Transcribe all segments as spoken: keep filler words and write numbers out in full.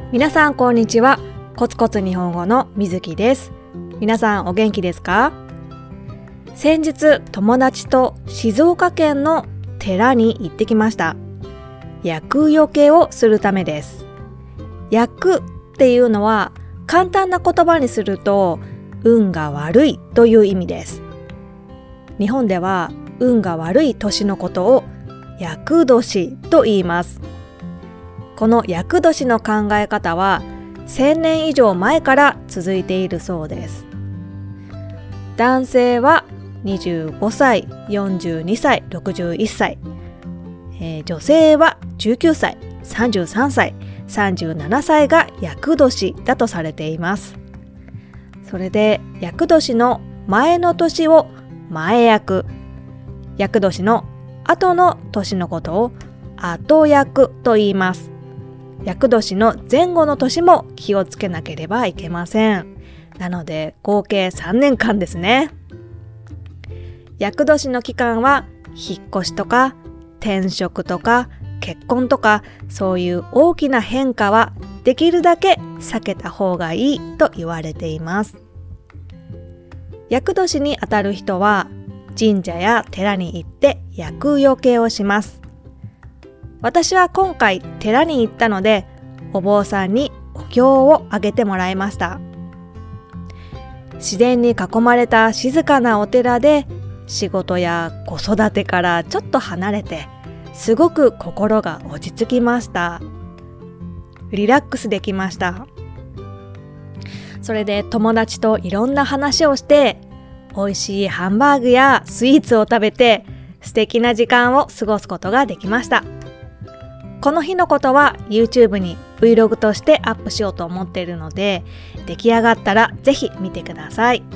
皆さんこんにちは。コツコツ日本語のみずきです。皆さんお元気ですか？先日友達と静岡県の寺に行ってきました。厄除けをするためです。厄っていうのは簡単な言葉にすると運が悪いという意味です。日本では運が悪い年のことを厄年と言います。この厄年の考え方はせんねん以上前から続いているそうです。男性はにじゅうごさい、よんじゅうにさい、ろくじゅういっさい、えー、女性はじゅうきゅうさい、さんじゅうさんさい、さんじゅうななさいが厄年だとされています。それで厄年の前の年を前厄、厄年の後の年のことを後厄と言います。厄年の前後の年も気をつけなければいけません。なので合計さんねんかんですね。厄年の期間は引っ越しとか転職とか結婚とかそういう大きな変化はできるだけ避けた方がいいと言われています。厄年にあたる人は神社や寺に行って厄除けをします。私は今回寺に行ったのでお坊さんにお経をあげてもらいました。自然に囲まれた静かなお寺で仕事や子育てからちょっと離れてすごく心が落ち着きました。リラックスできました。それで友達といろんな話をして美味しいハンバーグやスイーツを食べて素敵な時間を過ごすことができました。この日のことは YouTube に Vlog としてアップしようと思っているので出来上がったらぜひ見てください。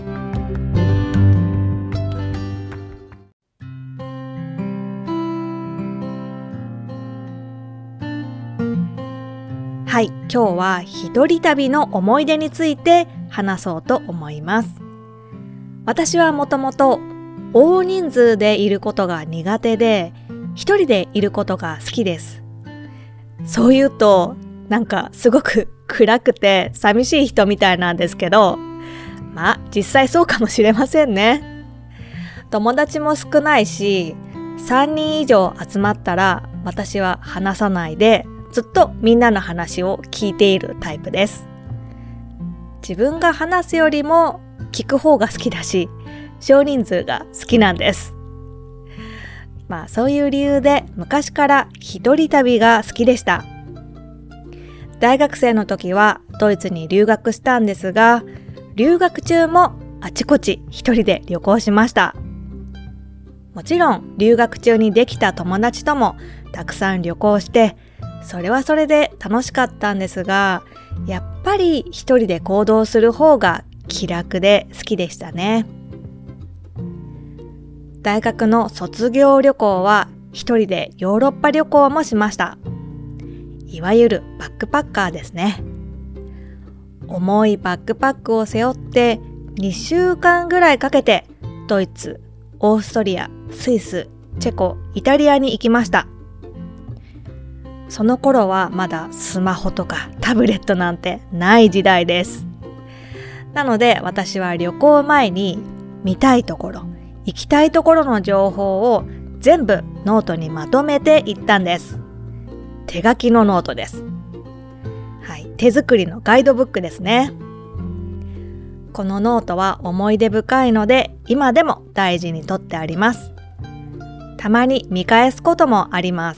はい、今日は一人旅の思い出について話そうと思います。私はもともと大人数でいることが苦手で一人でいることが好きです。そう言うとなんかすごく暗くて寂しい人みたいなんですけど、まあ実際そうかもしれませんね。友達も少ないしさんにん以上集まったら私は話さないでずっとみんなの話を聞いているタイプです。自分が話すよりも聞く方が好きだし少人数が好きなんです。まあそういう理由で昔から一人旅が好きでした。大学生の時はドイツに留学したんですが、留学中もあちこち一人で旅行しました。もちろん留学中にできた友達ともたくさん旅行してそれはそれで楽しかったんですが、やっぱり一人で行動する方が気楽で好きでしたね。大学の卒業旅行は一人でヨーロッパ旅行もしました。いわゆるバックパッカーですね。重いバックパックを背負ってにしゅうかんぐらいかけてドイツ、オーストリア、スイス、チェコ、イタリアに行きました。その頃はまだスマホとかタブレットなんてない時代です。なので私は旅行前に見たいところ、行きたいところの情報を全部ノートにまとめていったんです。手書きのノートです。はい、手作りのガイドブックですね。このノートは思い出深いので今でも大事に取ってあります。たまに見返すこともあります。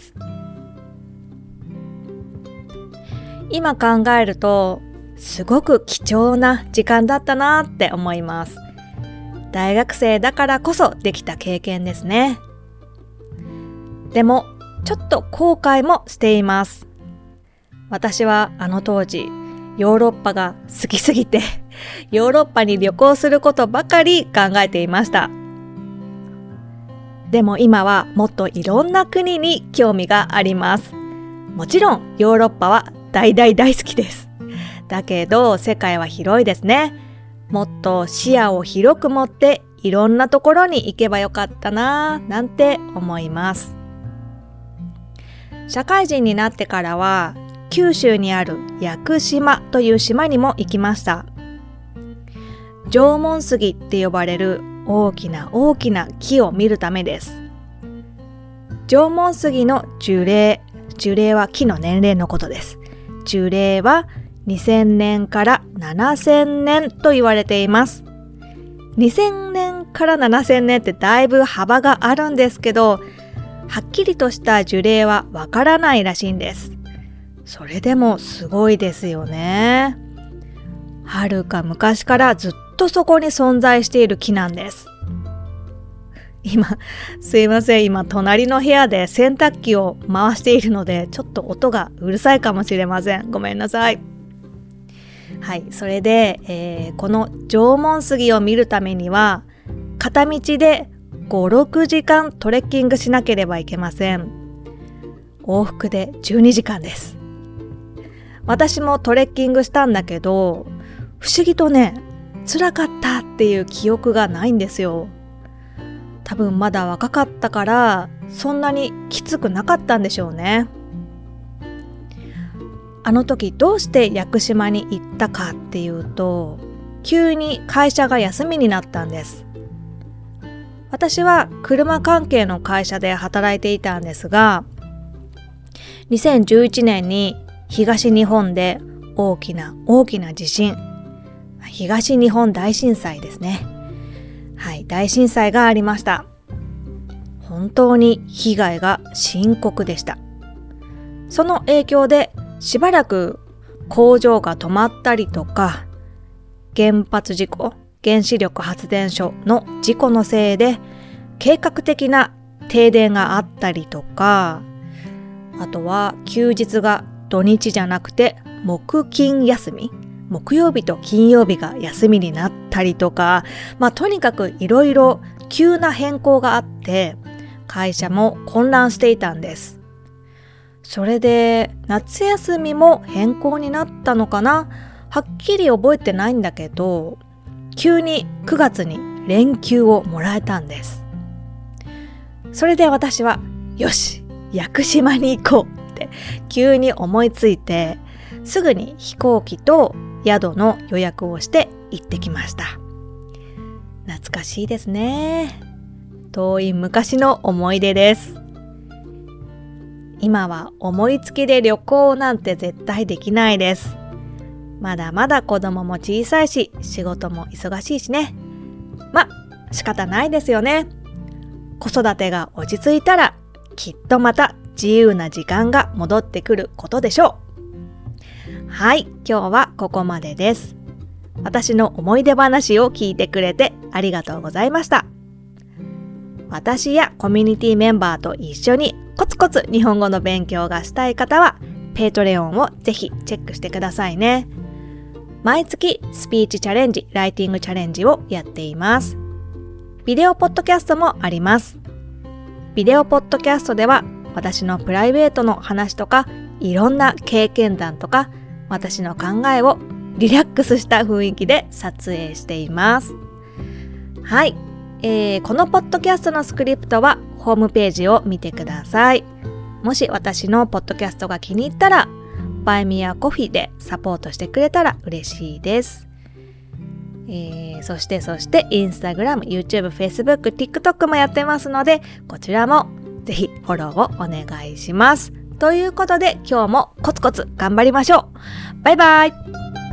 今考えるとすごく貴重な時間だったなって思います。大学生だからこそできた経験ですね。でもちょっと後悔もしています。私はあの当時ヨーロッパが好きすぎてヨーロッパに旅行することばかり考えていました。でも今はもっといろんな国に興味があります。もちろんヨーロッパは大大大好きです。だけど世界は広いですね。もっと視野を広く持っていろんなところに行けばよかったなぁなんて思います。社会人になってからは九州にある屋久島という島にも行きました。縄文杉って呼ばれる大きな大きな木を見るためです。縄文杉の樹齢、樹齢は木の年齢のことです。樹齢はにせんねんからななせんねんと言われています。にせんねんからななせんねんってだいぶ幅があるんですけど、はっきりとした樹齢はわからないらしいんです。それでもすごいですよね。はるか昔からずっとそこに存在している木なんです。今、すいません、今隣の部屋で洗濯機を回しているので、ちょっと音がうるさいかもしれません。ごめんなさい。はい、それで、えー、この縄文杉を見るためには、片道でご、ろくじかんトレッキングしなければいけません。往復でじゅうにじかんです。私もトレッキングしたんだけど、不思議とね、辛かったっていう記憶がないんですよ。多分まだ若かったからそんなにきつくなかったんでしょうね。あの時どうして屋久島に行ったかっていうと、急に会社が休みになったんです。私は車関係の会社で働いていたんですが、にせんじゅういちねんに東日本で大きな大きな地震、東日本大震災ですね。はい、大震災がありました。本当に被害が深刻でした。その影響でしばらく工場が止まったりとか、原発事故、原子力発電所の事故のせいで計画的な停電があったりとか、あとは休日が土日じゃなくて木金休み、木曜日と金曜日が休みになったりとか、まあとにかくいろいろ急な変更があって会社も混乱していたんです。それで夏休みも変更になったのかな、はっきり覚えてないんだけど、急にくがつに連休をもらえたんです。それで私はよし、屋久島に行こうって急に思いついて、すぐに飛行機と宿の予約をして行ってきました。懐かしいですね。遠い昔の思い出です。今は思いつきで旅行なんて絶対できないです。まだまだ子供も小さいし、仕事も忙しいしね。ま、仕方ないですよね。子育てが落ち着いたら、きっとまた自由な時間が戻ってくることでしょう。はい、今日はここまでです。私の思い出話を聞いてくれてありがとうございました。私やコミュニティメンバーと一緒にコツコツ日本語の勉強がしたい方は、ペイトレオンをぜひチェックしてくださいね。毎月スピーチチャレンジ、ライティングチャレンジをやっています。ビデオポッドキャストもあります。ビデオポッドキャストでは私のプライベートの話とか、いろんな経験談とか、私の考えをリラックスした雰囲気で撮影しています。はい、えー、このポッドキャストのスクリプトはホームページを見てください。もし私のポッドキャストが気に入ったら、バイミーコフィーでサポートしてくれたら嬉しいです。えー、そしてそしてインスタグラム、YouTube、Facebook、TikTok もやってますので、こちらもぜひフォローをお願いします。ということで今日もコツコツ頑張りましょう。バイバイ。